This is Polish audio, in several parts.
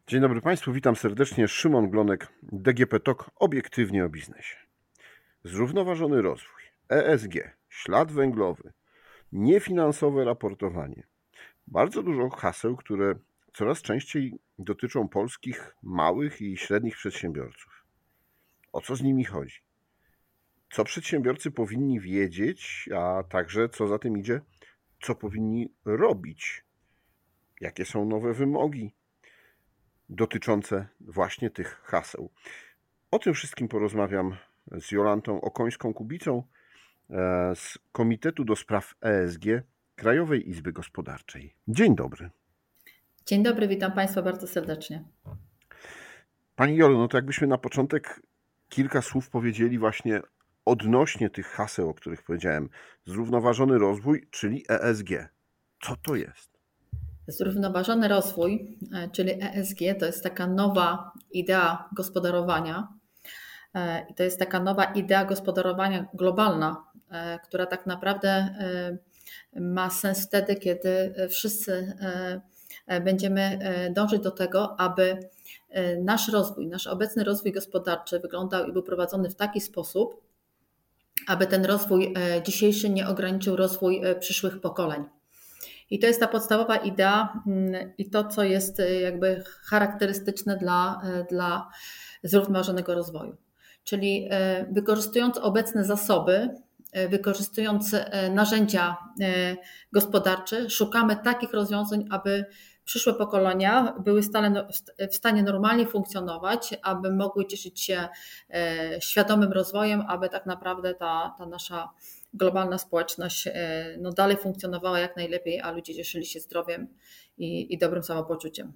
Dzień dobry Państwu, witam serdecznie. Szymon Glonek, DGP TOK, obiektywnie o biznesie. Zrównoważony rozwój, ESG, ślad węglowy, niefinansowe raportowanie. Bardzo dużo haseł, które coraz częściej dotyczą polskich małych i średnich przedsiębiorców. O co z nimi chodzi? Co przedsiębiorcy powinni wiedzieć, a także co za tym idzie, co powinni robić? Jakie są nowe wymogi dotyczące właśnie tych haseł? O tym wszystkim porozmawiam z Jolantą Okońską-Kubicą z Komitetu do Spraw ESG Krajowej Izby Gospodarczej. Dzień dobry. Dzień dobry, witam Państwa bardzo serdecznie. Pani Jolu, no to jakbyśmy na początek kilka słów powiedzieli właśnie odnośnie tych haseł, o których powiedziałem. Zrównoważony rozwój, czyli ESG. Co to jest? Zrównoważony rozwój, czyli ESG, to jest taka nowa idea gospodarowania. I to jest taka nowa idea gospodarowania globalna, która tak naprawdę ma sens wtedy, kiedy wszyscy będziemy dążyć do tego, aby nasz rozwój, nasz obecny rozwój gospodarczy wyglądał i był prowadzony w taki sposób, aby ten rozwój dzisiejszy nie ograniczył rozwój przyszłych pokoleń. I to jest ta podstawowa idea i to, co jest jakby charakterystyczne dla zrównoważonego rozwoju. Czyli wykorzystując obecne zasoby, wykorzystując narzędzia gospodarcze, szukamy takich rozwiązań, aby przyszłe pokolenia były w stanie normalnie funkcjonować, aby mogły cieszyć się świadomym rozwojem, aby tak naprawdę ta nasza globalna społeczność dalej funkcjonowała jak najlepiej, a ludzie cieszyli się zdrowiem i dobrym samopoczuciem.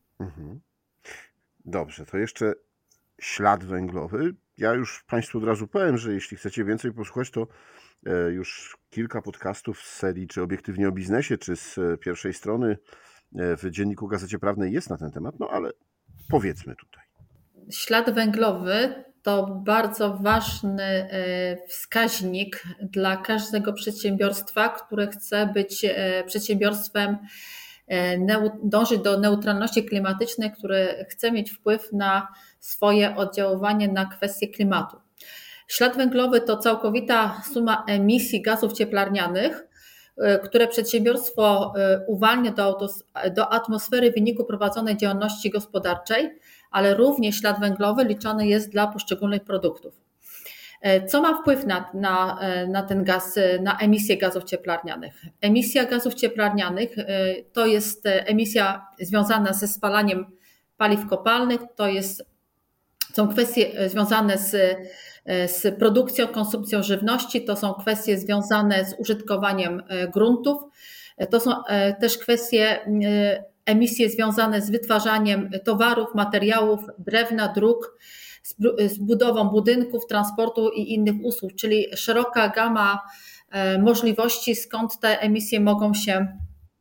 Dobrze, to jeszcze ślad węglowy. Ja już Państwu od razu powiem, że jeśli chcecie więcej posłuchać, to już kilka podcastów z serii czy obiektywnie o biznesie, czy z pierwszej strony w Dzienniku Gazecie Prawnej jest na ten temat, no ale powiedzmy tutaj. Ślad węglowy to bardzo ważny wskaźnik dla każdego przedsiębiorstwa, które chce być przedsiębiorstwem, dążyć do neutralności klimatycznej, które chce mieć wpływ na swoje oddziaływanie na kwestie klimatu. Ślad węglowy to całkowita suma emisji gazów cieplarnianych, które przedsiębiorstwo uwalnia do atmosfery w wyniku prowadzonej działalności gospodarczej, ale również ślad węglowy liczony jest dla poszczególnych produktów. Co ma wpływ na ten gaz, na emisję gazów cieplarnianych? Emisja gazów cieplarnianych to jest emisja związana ze spalaniem paliw kopalnych, są kwestie związane z produkcją, konsumpcją żywności, to są kwestie związane z użytkowaniem gruntów, to są też kwestie, emisje związane z wytwarzaniem towarów, materiałów, drewna, dróg, z budową budynków, transportu i innych usług, czyli szeroka gama możliwości, skąd te emisje mogą się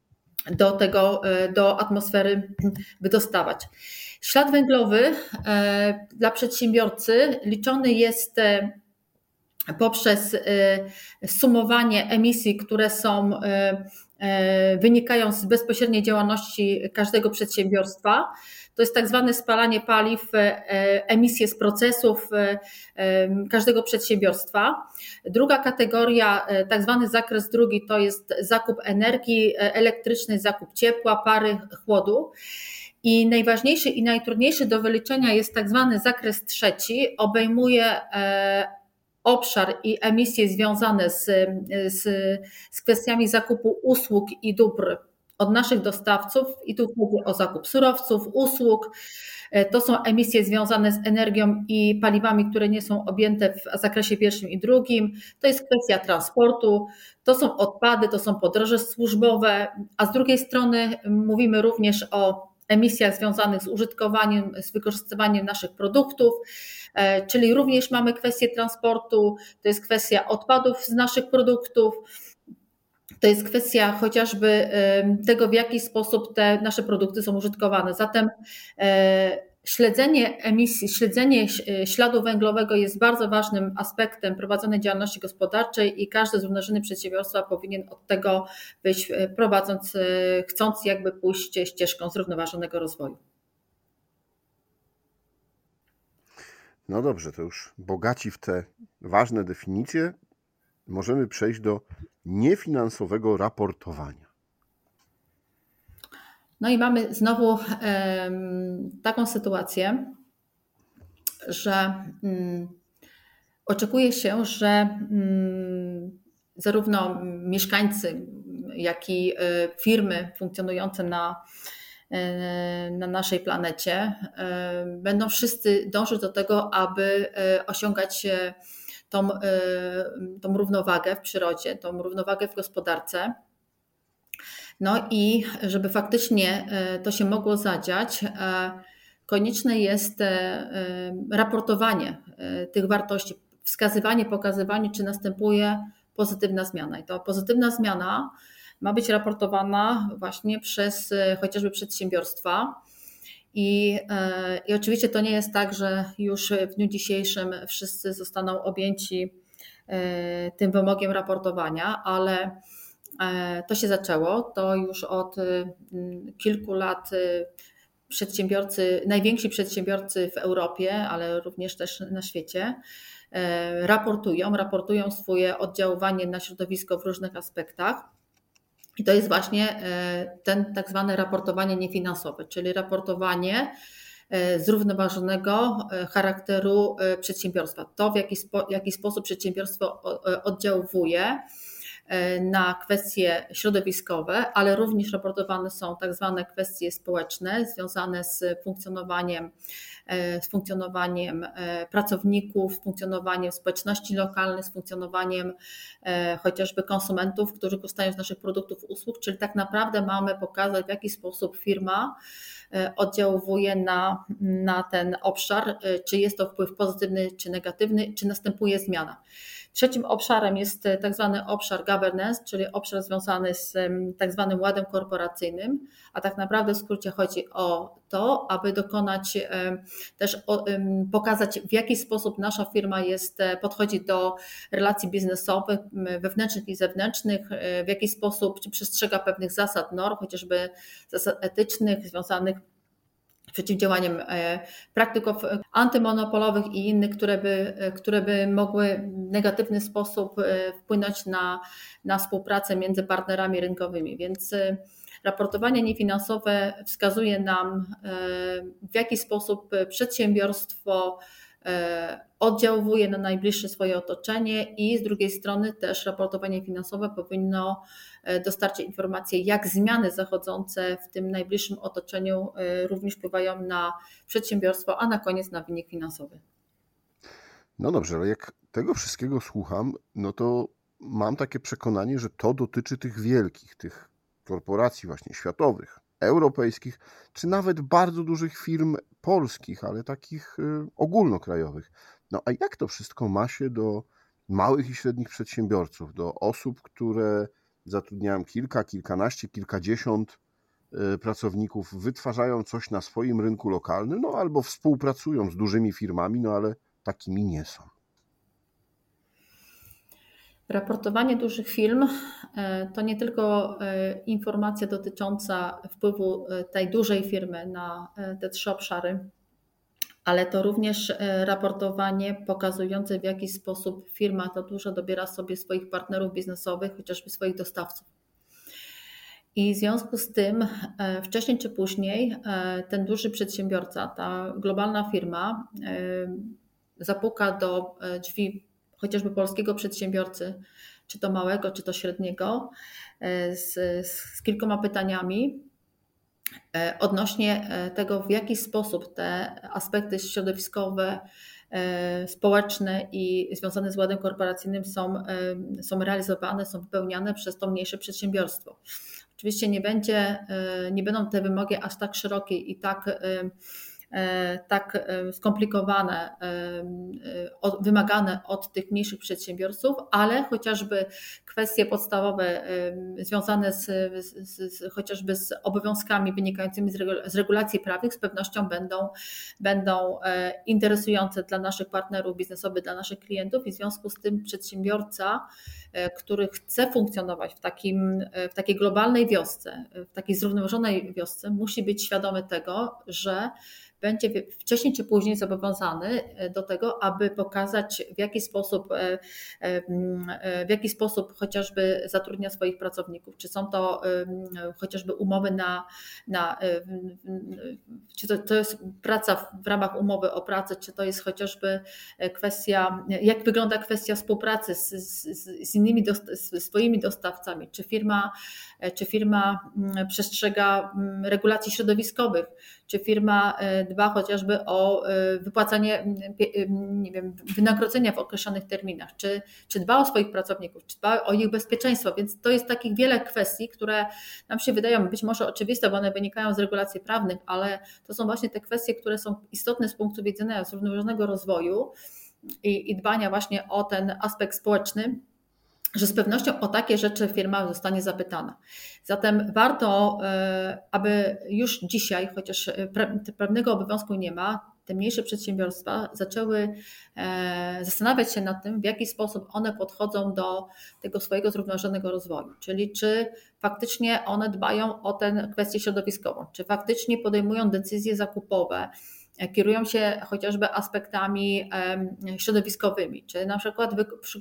do atmosfery wydostawać. Ślad węglowy dla przedsiębiorcy liczony jest poprzez sumowanie emisji, które wynikają z bezpośredniej działalności każdego przedsiębiorstwa. To jest tak zwane spalanie paliw, emisje z procesów każdego przedsiębiorstwa. Druga kategoria, tak zwany zakres drugi, to jest zakup energii elektrycznej, zakup ciepła, pary, chłodu. I najważniejszy i najtrudniejszy do wyliczenia jest tak zwany zakres trzeci, obejmuje obszar i emisje związane z kwestiami zakupu usług i dóbr od naszych dostawców i tu chodzi o zakup surowców, usług. To są emisje związane z energią i paliwami, które nie są objęte w zakresie pierwszym i drugim. To jest kwestia transportu, to są odpady, to są podróże służbowe, a z drugiej strony mówimy również o emisjach związanych z użytkowaniem, z wykorzystywaniem naszych produktów, czyli również mamy kwestię transportu, to jest kwestia odpadów z naszych produktów, to jest kwestia chociażby tego, w jaki sposób te nasze produkty są użytkowane. Zatem śledzenie emisji, śledzenie śladu węglowego jest bardzo ważnym aspektem prowadzonej działalności gospodarczej i każdy zrównoważony przedsiębiorstwa powinien od tego być chcąc jakby pójść ścieżką zrównoważonego rozwoju. No dobrze, to już bogaci w te ważne definicje możemy przejść do niefinansowego raportowania. No i mamy znowu taką sytuację, że oczekuje się, że zarówno mieszkańcy, jak i firmy funkcjonujące na naszej planecie będą wszyscy dążyć do tego, aby osiągać tą równowagę w przyrodzie, tą równowagę w gospodarce. No i żeby faktycznie to się mogło zadziać, konieczne jest raportowanie tych wartości, wskazywanie, pokazywanie, czy następuje pozytywna zmiana. I ta pozytywna zmiana ma być raportowana właśnie przez chociażby przedsiębiorstwa. I oczywiście to nie jest tak, że już w dniu dzisiejszym wszyscy zostaną objęci tym wymogiem raportowania, ale to się zaczęło. To już od kilku lat najwięksi przedsiębiorcy w Europie, ale również też na świecie, raportują swoje oddziaływanie na środowisko w różnych aspektach. I to jest właśnie ten tak zwane raportowanie niefinansowe, czyli raportowanie zrównoważonego charakteru przedsiębiorstwa. To, w jaki sposób przedsiębiorstwo oddziałuje na kwestie środowiskowe, ale również raportowane są tak zwane kwestie społeczne związane z funkcjonowaniem pracowników, z funkcjonowaniem społeczności lokalnych, z funkcjonowaniem chociażby konsumentów, którzy korzystają z naszych produktów, usług, czyli tak naprawdę mamy pokazać, w jaki sposób firma oddziałuje na ten obszar, czy jest to wpływ pozytywny, czy negatywny, czy następuje zmiana. Trzecim obszarem jest tak zwany obszar governance, czyli obszar związany z tak zwanym ładem korporacyjnym, a tak naprawdę w skrócie chodzi o to, aby dokonać też pokazać, w jaki sposób nasza firma podchodzi do relacji biznesowych, wewnętrznych i zewnętrznych, w jaki sposób przestrzega pewnych zasad, norm, chociażby zasad etycznych związanych z przeciwdziałaniem praktyków antymonopolowych i innych, które by mogły w negatywny sposób wpłynąć na współpracę między partnerami rynkowymi. Więc raportowanie niefinansowe wskazuje nam, w jaki sposób przedsiębiorstwo oddziałuje na najbliższe swoje otoczenie i z drugiej strony też raportowanie finansowe powinno dostarczyć informacje, jak zmiany zachodzące w tym najbliższym otoczeniu również wpływają na przedsiębiorstwo, a na koniec na wynik finansowy. No dobrze, ale jak tego wszystkiego słucham, no to mam takie przekonanie, że to dotyczy tych wielkich, tych korporacji właśnie światowych, europejskich, czy nawet bardzo dużych firm polskich, ale takich ogólnokrajowych. No a jak to wszystko ma się do małych i średnich przedsiębiorców, do osób, które zatrudniają kilkanaście, kilkadziesiąt pracowników, wytwarzają coś na swoim rynku lokalnym, no albo współpracują z dużymi firmami, no ale takimi nie są. Raportowanie dużych firm to nie tylko informacja dotycząca wpływu tej dużej firmy na te trzy obszary, ale to również raportowanie pokazujące, w jaki sposób firma ta duża dobiera sobie swoich partnerów biznesowych, chociażby swoich dostawców. I w związku z tym wcześniej czy później ten duży przedsiębiorca, ta globalna firma zapuka do drzwi chociażby polskiego przedsiębiorcy, czy to małego, czy to średniego, z kilkoma pytaniami odnośnie tego, w jaki sposób te aspekty środowiskowe, społeczne i związane z ładem korporacyjnym są realizowane, są wypełniane przez to mniejsze przedsiębiorstwo. Oczywiście nie będą te wymogi aż tak szerokie i tak skomplikowane, wymagane od tych mniejszych przedsiębiorców, ale chociażby kwestie podstawowe związane chociażby z obowiązkami wynikającymi z regulacji prawnych z pewnością będą interesujące dla naszych partnerów biznesowych, dla naszych klientów i w związku z tym przedsiębiorca, który chce funkcjonować w takiej globalnej wiosce, w takiej zrównoważonej wiosce, musi być świadomy tego, że będzie wcześniej czy później zobowiązany do tego, aby pokazać, w jaki sposób chociażby zatrudnia swoich pracowników. Czy są to chociażby umowy czy to jest praca w ramach umowy o pracę, czy to jest chociażby kwestia, jak wygląda kwestia współpracy z innymi swoimi dostawcami, czy firma przestrzega regulacji środowiskowych, czy firma dba chociażby o wypłacanie, nie wiem, wynagrodzenia w określonych terminach, czy dba o swoich pracowników, czy dba o ich bezpieczeństwo. Więc to jest takich wiele kwestii, które nam się wydają być może oczywiste, bo one wynikają z regulacji prawnych, ale to są właśnie te kwestie, które są istotne z punktu widzenia zrównoważonego rozwoju i dbania właśnie o ten aspekt społeczny, że z pewnością o takie rzeczy firma zostanie zapytana. Zatem warto, aby już dzisiaj, chociaż prawnego obowiązku nie ma, te mniejsze przedsiębiorstwa zaczęły zastanawiać się nad tym, w jaki sposób one podchodzą do tego swojego zrównoważonego rozwoju, czyli czy faktycznie one dbają o tę kwestię środowiskową, czy faktycznie podejmują decyzje zakupowe, kierują się chociażby aspektami środowiskowymi, czy na przykład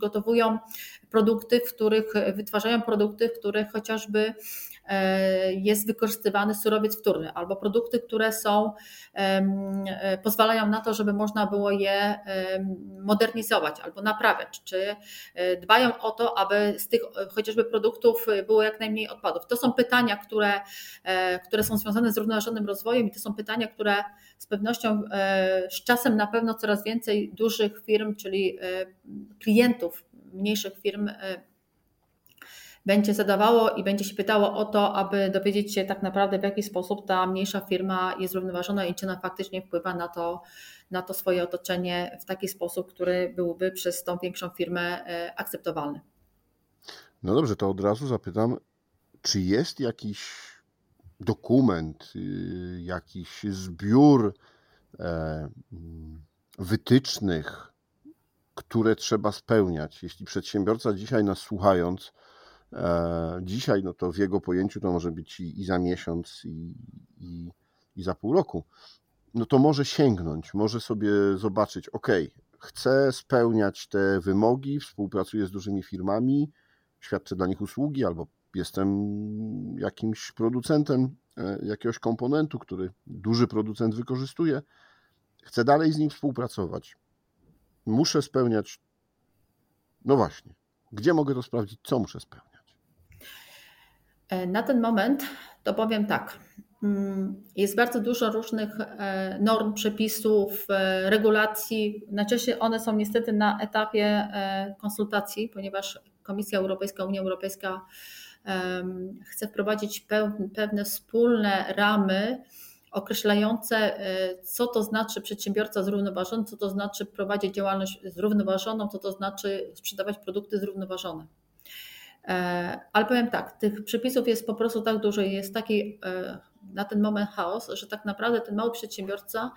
wytwarzają produkty, w których chociażby jest wykorzystywany surowiec wtórny, albo produkty, które pozwalają na to, żeby można było je modernizować albo naprawiać, czy dbają o to, aby z tych chociażby produktów było jak najmniej odpadów. To są pytania, które są związane z zrównoważonym rozwojem i to są pytania, które z pewnością z czasem na pewno coraz więcej dużych firm, czyli klientów mniejszych firm będzie zadawało i będzie się pytało o to, aby dowiedzieć się tak naprawdę, w jaki sposób ta mniejsza firma jest zrównoważona i czy ona faktycznie wpływa na to swoje otoczenie w taki sposób, który byłby przez tą większą firmę akceptowalny. No dobrze, to od razu zapytam, czy jest jakiś dokument, jakiś zbiór wytycznych, które trzeba spełniać? Jeśli przedsiębiorca dzisiaj nas słuchając, no to w jego pojęciu to może być i za miesiąc, i za pół roku, no to może sięgnąć, może sobie zobaczyć, chcę spełniać te wymogi, współpracuję z dużymi firmami, świadczę dla nich usługi, albo jestem jakimś producentem jakiegoś komponentu, który duży producent wykorzystuje, chcę dalej z nim współpracować. Muszę spełniać, no właśnie, gdzie mogę to sprawdzić, co muszę spełniać? Na ten moment to powiem tak, jest bardzo dużo różnych norm, przepisów, regulacji. Najczęściej one są niestety na etapie konsultacji, ponieważ Komisja Europejska, Unia Europejska chce wprowadzić pewne wspólne ramy określające, co to znaczy przedsiębiorca zrównoważony, co to znaczy prowadzić działalność zrównoważoną, co to znaczy sprzedawać produkty zrównoważone. Ale powiem tak, tych przepisów jest po prostu tak dużo i jest taki na ten moment chaos, że tak naprawdę ten mały przedsiębiorca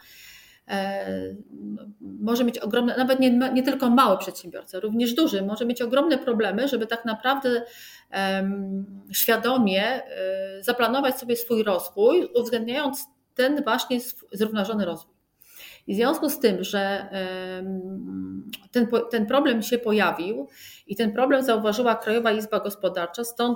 może mieć ogromne, nawet nie tylko mały przedsiębiorca, również duży, może mieć ogromne problemy, żeby tak naprawdę świadomie zaplanować sobie swój rozwój, uwzględniając ten właśnie zrównoważony rozwój. I w związku z tym, że ten problem się pojawił i ten problem zauważyła Krajowa Izba Gospodarcza, stąd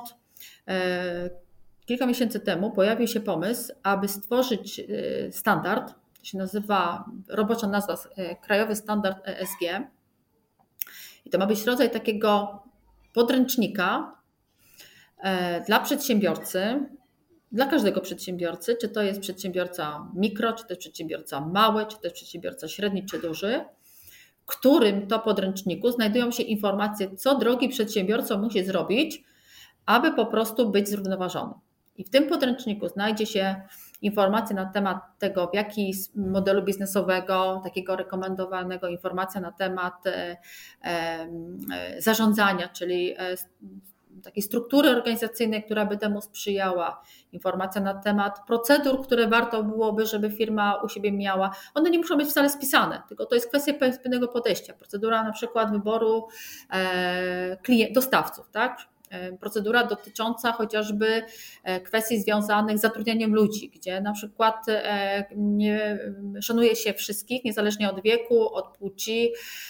kilka miesięcy temu pojawił się pomysł, aby stworzyć standard, to się nazywa, robocza nazwa Krajowy Standard ESG. I to ma być rodzaj takiego podręcznika dla przedsiębiorcy, dla każdego przedsiębiorcy, czy to jest przedsiębiorca mikro, czy to jest przedsiębiorca mały, czy to jest przedsiębiorca średni, czy duży, w którym to podręczniku znajdują się informacje, co drogi przedsiębiorca musi zrobić, aby po prostu być zrównoważony. I w tym podręczniku znajdzie się informacje na temat tego, w jaki modelu biznesowego, takiego rekomendowanego, informacja na temat zarządzania, czyli takiej struktury organizacyjnej, która by temu sprzyjała, informacja na temat procedur, które warto byłoby, żeby firma u siebie miała. One nie muszą być wcale spisane, tylko to jest kwestia pewnego podejścia. Procedura na przykład wyboru dostawców, tak? Procedura dotycząca chociażby kwestii związanych z zatrudnianiem ludzi, gdzie na przykład nie szanuje się wszystkich, niezależnie od wieku, od płci,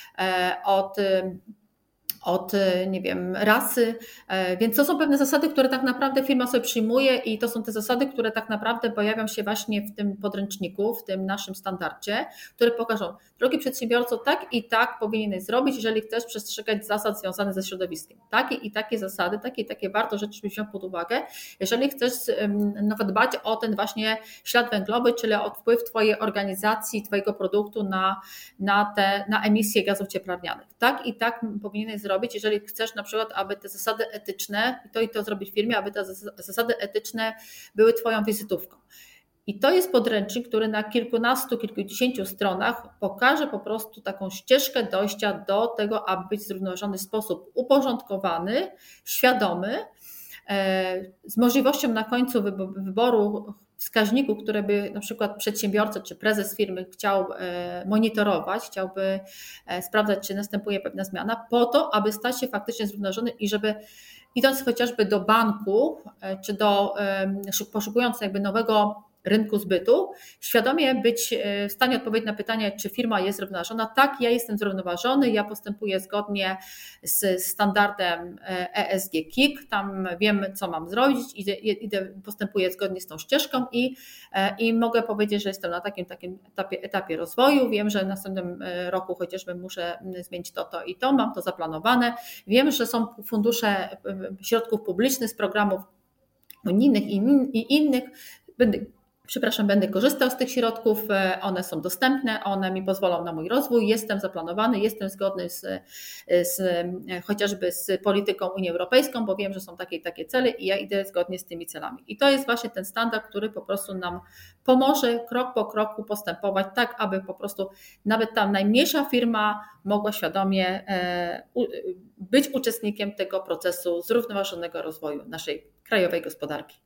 od nie wiem, rasy, więc to są pewne zasady, które tak naprawdę firma sobie przyjmuje i to są te zasady, które tak naprawdę pojawią się właśnie w tym podręczniku, w tym naszym standardzie, które pokażą, drogi przedsiębiorco, tak i tak powinieneś zrobić, jeżeli chcesz przestrzegać zasad związanych ze środowiskiem. Takie i takie zasady, takie i takie warto rzeczy wziąć pod uwagę, jeżeli chcesz nawet dbać o ten właśnie ślad węglowy, czyli o wpływ Twojej organizacji, Twojego produktu na emisję gazów cieplarnianych. Tak i tak powinieneś zrobić, jeżeli chcesz na przykład, aby te zasady etyczne, i to zrobić w firmie, aby te zasady etyczne były Twoją wizytówką. I to jest podręcznik, który na kilkunastu, kilkudziesięciu stronach pokaże po prostu taką ścieżkę dojścia do tego, aby być w zrównoważony sposób uporządkowany, świadomy, z możliwością na końcu wyboru wskaźników, które by na przykład przedsiębiorca czy prezes firmy chciał monitorować, chciałby sprawdzać, czy następuje pewna zmiana, po to, aby stać się faktycznie zrównoważony i żeby idąc chociażby do banku, czy poszukując jakby nowego rynku zbytu, świadomie być w stanie odpowiedzieć na pytanie, czy firma jest zrównoważona. Tak, ja jestem zrównoważony, ja postępuję zgodnie z standardem ESG KIK, tam wiem, co mam zrobić, postępuję zgodnie z tą ścieżką i mogę powiedzieć, że jestem na takim etapie rozwoju, wiem, że w następnym roku chociażby muszę zmienić to i to, mam to zaplanowane, wiem, że są fundusze środków publicznych z programów unijnych i innych, będę korzystał z tych środków, one są dostępne, one mi pozwolą na mój rozwój, jestem zaplanowany, jestem zgodny chociażby z polityką Unii Europejską, bo wiem, że są takie i takie cele i ja idę zgodnie z tymi celami. I to jest właśnie ten standard, który po prostu nam pomoże krok po kroku postępować tak, aby po prostu nawet ta najmniejsza firma mogła świadomie być uczestnikiem tego procesu zrównoważonego rozwoju naszej krajowej gospodarki.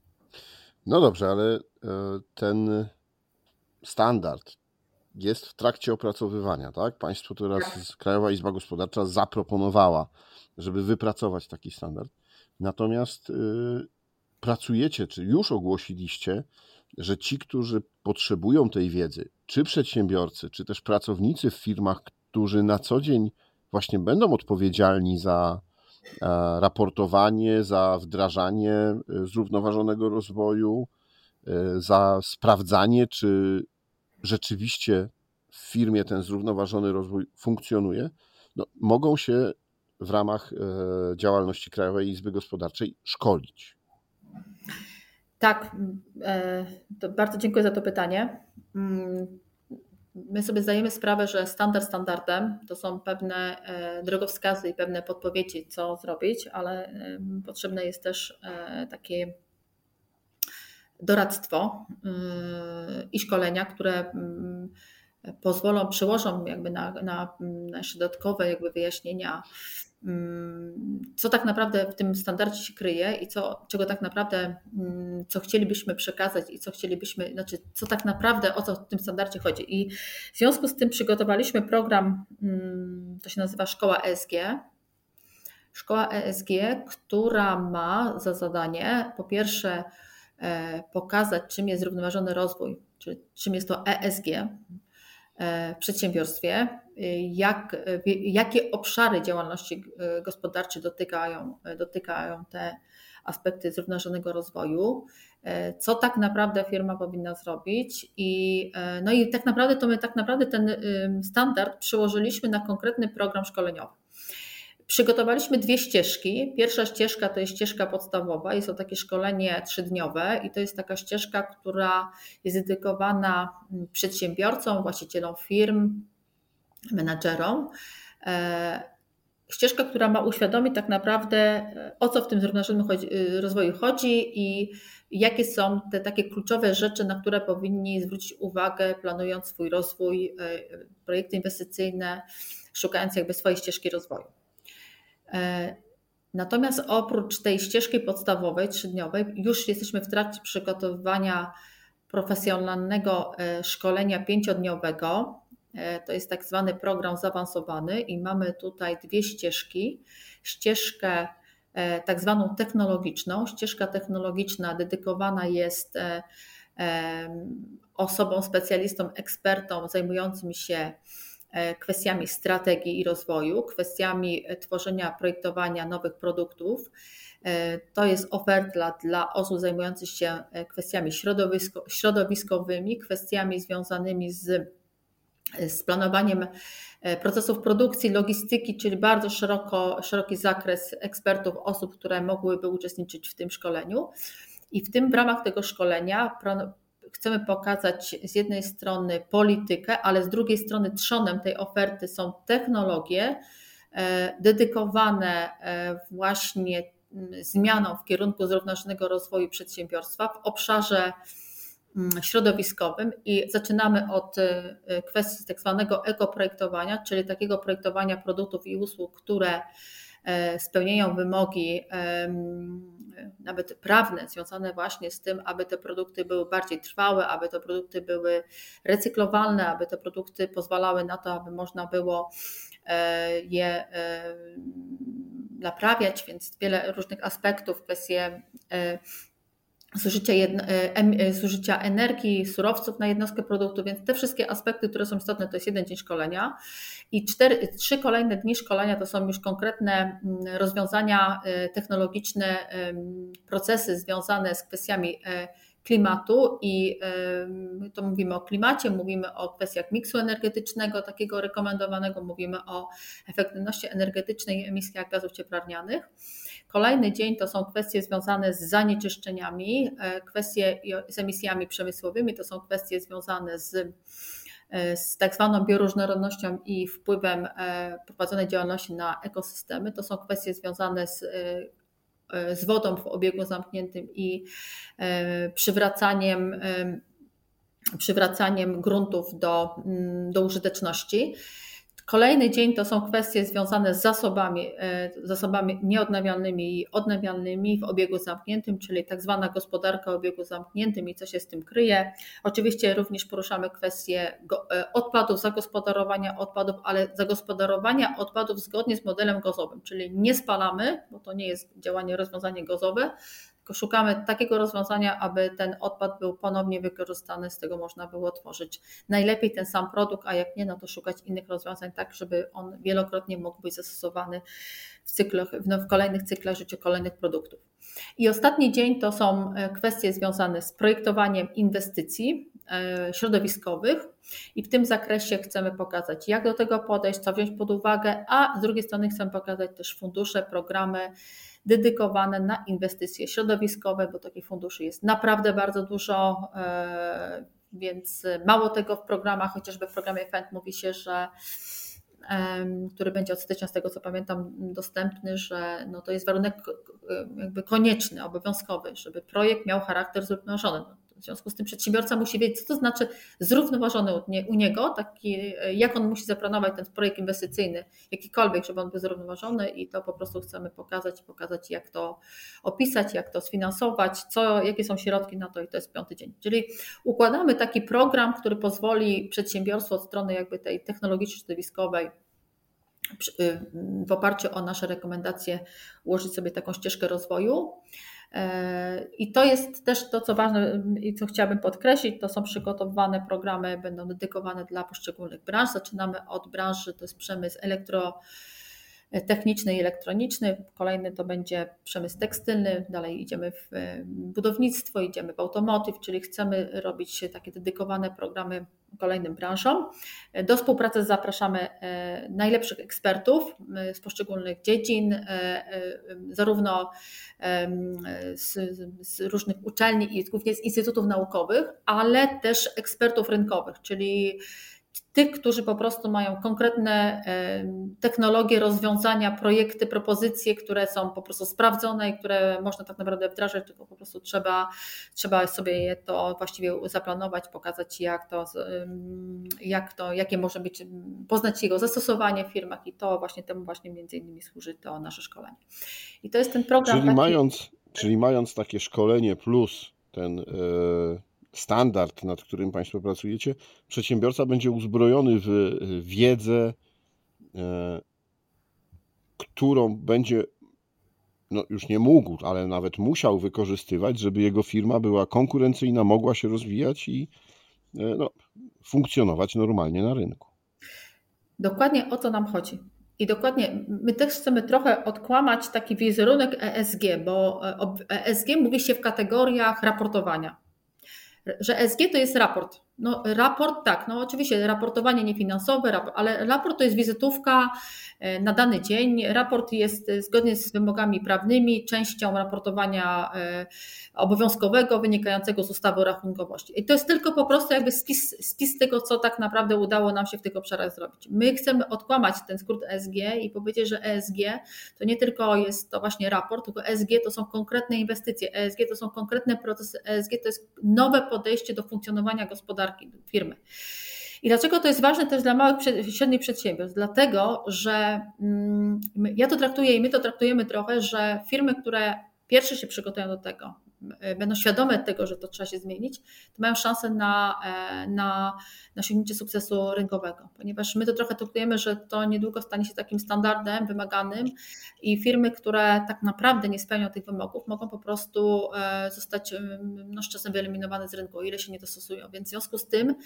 No dobrze, ale ten standard jest w trakcie opracowywania, tak? Państwu teraz Krajowa Izba Gospodarcza zaproponowała, żeby wypracować taki standard. Natomiast pracujecie, czy już ogłosiliście, że ci, którzy potrzebują tej wiedzy, czy przedsiębiorcy, czy też pracownicy w firmach, którzy na co dzień właśnie będą odpowiedzialni za raportowanie, za wdrażanie zrównoważonego rozwoju, za sprawdzanie, czy rzeczywiście w firmie ten zrównoważony rozwój funkcjonuje, no, mogą się w ramach działalności Krajowej Izby Gospodarczej szkolić. Tak, to bardzo dziękuję za to pytanie. My sobie zdajemy sprawę, że standardem to są pewne drogowskazy i pewne podpowiedzi, co zrobić, ale potrzebne jest też takie doradztwo i szkolenia, które przełożą jakby na nasze dodatkowe jakby wyjaśnienia, co tak naprawdę w tym standardzie się kryje i czego tak naprawdę, co chcielibyśmy przekazać i co tak naprawdę, o co w tym standardzie chodzi. I w związku z tym przygotowaliśmy program, to się nazywa Szkoła ESG. Szkoła ESG, która ma za zadanie po pierwsze pokazać, czym jest zrównoważony rozwój, czyli czym jest to ESG w przedsiębiorstwie, jakie obszary działalności gospodarczej dotykają te aspekty zrównoważonego rozwoju, co tak naprawdę firma powinna zrobić i tak naprawdę ten standard przełożyliśmy na konkretny program szkoleniowy. Przygotowaliśmy 2 ścieżki. Pierwsza ścieżka to jest ścieżka podstawowa, jest to takie szkolenie 3-dniowe i to jest taka ścieżka, która jest dedykowana przedsiębiorcom, właścicielom firm, menadżerom, ścieżka, która ma uświadomić tak naprawdę, o co w tym zrównoważonym rozwoju chodzi i jakie są te takie kluczowe rzeczy, na które powinni zwrócić uwagę, planując swój rozwój, projekty inwestycyjne, szukając jakby swojej ścieżki rozwoju. Natomiast oprócz tej ścieżki podstawowej, 3-dniowej, już jesteśmy w trakcie przygotowywania profesjonalnego szkolenia 5-dniowego. To jest tak zwany program zaawansowany i mamy tutaj 2 ścieżki. Ścieżkę tak zwaną technologiczną. Ścieżka technologiczna dedykowana jest osobom, specjalistom, ekspertom zajmującym się kwestiami strategii i rozwoju, kwestiami tworzenia, projektowania nowych produktów. To jest oferta dla osób zajmujących się kwestiami środowiskowymi, kwestiami związanymi z planowaniem procesów produkcji, logistyki, czyli bardzo szeroki zakres ekspertów, osób, które mogłyby uczestniczyć w tym szkoleniu. I w ramach tego szkolenia chcemy pokazać z jednej strony politykę, ale z drugiej strony trzonem tej oferty są technologie dedykowane właśnie zmianom w kierunku zrównoważonego rozwoju przedsiębiorstwa w obszarze środowiskowym i zaczynamy od kwestii tak zwanego ekoprojektowania, czyli takiego projektowania produktów i usług, które spełniają wymogi nawet prawne związane właśnie z tym, aby te produkty były bardziej trwałe, aby te produkty były recyklowalne, aby te produkty pozwalały na to, aby można było je naprawiać, więc wiele różnych aspektów, kwestie zużycia energii, surowców na jednostkę produktu, więc te wszystkie aspekty, które są istotne, to jest 1 dzień szkolenia i 3 kolejne dni szkolenia to są już konkretne rozwiązania technologiczne, procesy związane z kwestiami klimatu i to mówimy o klimacie, mówimy o kwestiach miksu energetycznego, takiego rekomendowanego, mówimy o efektywności energetycznej i emisjach gazów cieplarnianych. Kolejny dzień to są kwestie związane z zanieczyszczeniami, kwestie z emisjami przemysłowymi, to są kwestie związane z tak zwaną bioróżnorodnością i wpływem prowadzonej działalności na ekosystemy. To są kwestie związane z wodą w obiegu zamkniętym i przywracaniem gruntów do użyteczności. Kolejny dzień to są kwestie związane z zasobami nieodnawialnymi i odnawialnymi w obiegu zamkniętym, czyli tak zwana gospodarka o obiegu zamkniętym i co się z tym kryje. Oczywiście również poruszamy kwestie odpadów, zagospodarowania odpadów, ale zagospodarowania odpadów zgodnie z modelem gazowym, czyli nie spalamy, bo to nie jest rozwiązanie gazowe, tylko szukamy takiego rozwiązania, aby ten odpad był ponownie wykorzystany, z tego można było tworzyć najlepiej ten sam produkt, a jak nie, no to szukać innych rozwiązań tak, żeby on wielokrotnie mógł być zastosowany w kolejnych cyklach życia kolejnych produktów. I ostatni dzień to są kwestie związane z projektowaniem inwestycji środowiskowych i w tym zakresie chcemy pokazać, jak do tego podejść, co wziąć pod uwagę, a z drugiej strony chcemy pokazać też fundusze, programy dedykowane na inwestycje środowiskowe, bo takich funduszy jest naprawdę bardzo dużo, więc mało tego w programach, chociażby w programie FENT mówi się, że który będzie od stycznia, z tego co pamiętam, dostępny, że no to jest warunek jakby konieczny, obowiązkowy, żeby projekt miał charakter zrównoważony. W związku z tym przedsiębiorca musi wiedzieć, co to znaczy zrównoważony u niego, taki, jak on musi zaplanować ten projekt inwestycyjny, jakikolwiek, żeby on był zrównoważony i to po prostu chcemy pokazać, jak to opisać, jak to sfinansować, jakie są środki na to i to jest 5. dzień. Czyli układamy taki program, który pozwoli przedsiębiorstwu od strony jakby tej technologiczno-środowiskowej w oparciu o nasze rekomendacje ułożyć sobie taką ścieżkę rozwoju. I to jest też to, co ważne i co chciałabym podkreślić, to są przygotowane programy, będą dedykowane dla poszczególnych branż. Zaczynamy od branży, to jest przemysł elektrotechniczny i elektroniczny, kolejny to będzie przemysł tekstylny, dalej idziemy w budownictwo, idziemy w automotive, czyli chcemy robić takie dedykowane programy kolejnym branżom. Do współpracy zapraszamy najlepszych ekspertów z poszczególnych dziedzin, zarówno z różnych uczelni i głównie z instytutów naukowych, ale też ekspertów rynkowych, czyli tych, którzy po prostu mają konkretne technologie, rozwiązania, projekty, propozycje, które są po prostu sprawdzone i które można tak naprawdę wdrażać, tylko po prostu trzeba sobie je to właściwie zaplanować, pokazać jakie może być, poznać jego zastosowanie w firmach i to właśnie temu właśnie między innymi służy to nasze szkolenie. I to jest ten program Czyli mając takie szkolenie plus ten standard, nad którym Państwo pracujecie, przedsiębiorca będzie uzbrojony w wiedzę, którą będzie już nie mógł, ale nawet musiał wykorzystywać, żeby jego firma była konkurencyjna, mogła się rozwijać i funkcjonować normalnie na rynku. Dokładnie o to nam chodzi. I dokładnie my też chcemy trochę odkłamać taki wizerunek ESG, bo o ESG mówi się w kategoriach raportowania. Że ESG to jest raport. Raport tak, oczywiście raportowanie niefinansowe, ale raport to jest wizytówka na dany dzień. Raport jest zgodnie z wymogami prawnymi częścią raportowania obowiązkowego wynikającego z ustawy o rachunkowości. I to jest tylko po prostu jakby spis tego, co tak naprawdę udało nam się w tych obszarach zrobić. My chcemy odkłamać ten skrót ESG i powiedzieć, że ESG to nie tylko jest to właśnie raport, tylko ESG to są konkretne inwestycje, ESG to są konkretne procesy, ESG to jest nowe podejście do funkcjonowania gospodarki firmy. I dlaczego to jest ważne też dla małych i średnich przedsiębiorstw? Dlatego, że ja to traktuję i my to traktujemy trochę, że firmy, które pierwsze się przygotują do tego, będą świadome tego, że to trzeba się zmienić, to mają szansę na osiągnięcie sukcesu rynkowego, ponieważ my to trochę traktujemy, że to niedługo stanie się takim standardem wymaganym i firmy, które tak naprawdę nie spełnią tych wymogów, mogą po prostu zostać z czasem wyeliminowane z rynku, o ile się nie dostosują. Więc w związku z tym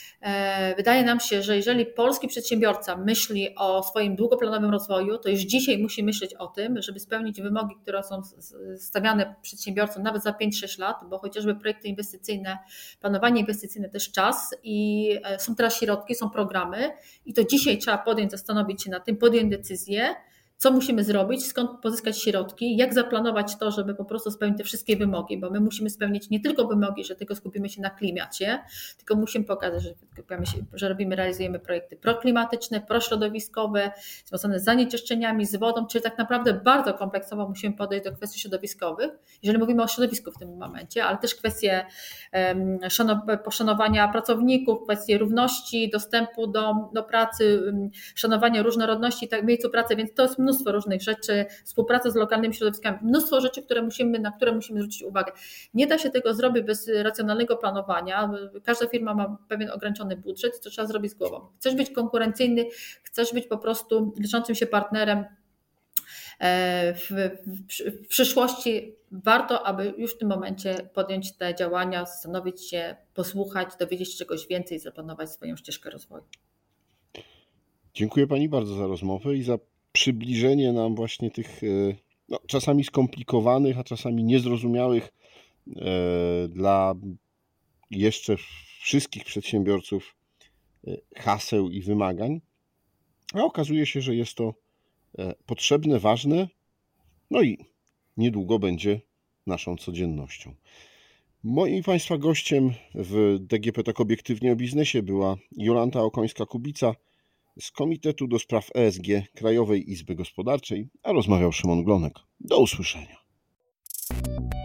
wydaje nam się, że jeżeli polski przedsiębiorca myśli o swoim długoplanowym rozwoju, to już dzisiaj musi myśleć o tym, żeby spełnić wymogi, które są stawiane przedsiębiorcom nawet za 5-6 lat, bo chociażby projekty inwestycyjne, planowanie inwestycyjne też czas i są teraz środki, są programy i to dzisiaj trzeba zastanowić się nad tym, podjąć decyzję, co musimy zrobić, skąd pozyskać środki, jak zaplanować to, żeby po prostu spełnić te wszystkie wymogi, bo my musimy spełnić nie tylko wymogi, że tylko skupimy się na klimacie, tylko musimy pokazać, że realizujemy projekty proklimatyczne, prośrodowiskowe, związane z zanieczyszczeniami, z wodą, czyli tak naprawdę bardzo kompleksowo musimy podejść do kwestii środowiskowych, jeżeli mówimy o środowisku w tym momencie, ale też kwestie poszanowania pracowników, kwestie równości, dostępu do pracy, szanowania różnorodności miejscu pracy, więc to jest mnóstwo różnych rzeczy, współpraca z lokalnymi środowiskami, mnóstwo rzeczy, na które musimy zwrócić uwagę. Nie da się tego zrobić bez racjonalnego planowania. Każda firma ma pewien ograniczony budżet, co trzeba zrobić z głową. Chcesz być konkurencyjny, chcesz być po prostu liczącym się partnerem w przyszłości, warto, aby już w tym momencie podjąć te działania, zastanowić się, posłuchać, dowiedzieć się czegoś więcej i zaplanować swoją ścieżkę rozwoju. Dziękuję Pani bardzo za rozmowę i za przybliżenie nam właśnie tych czasami skomplikowanych, a czasami niezrozumiałych dla jeszcze wszystkich przedsiębiorców haseł i wymagań. A okazuje się, że jest to potrzebne, ważne, i niedługo będzie naszą codziennością. Moim i Państwa gościem w DGP TOK Obiektywnie o Biznesie była Jolanta Okońska-Kubica z Komitetu do Spraw ESG Krajowej Izby Gospodarczej, a rozmawiał Szymon Glonek. Do usłyszenia.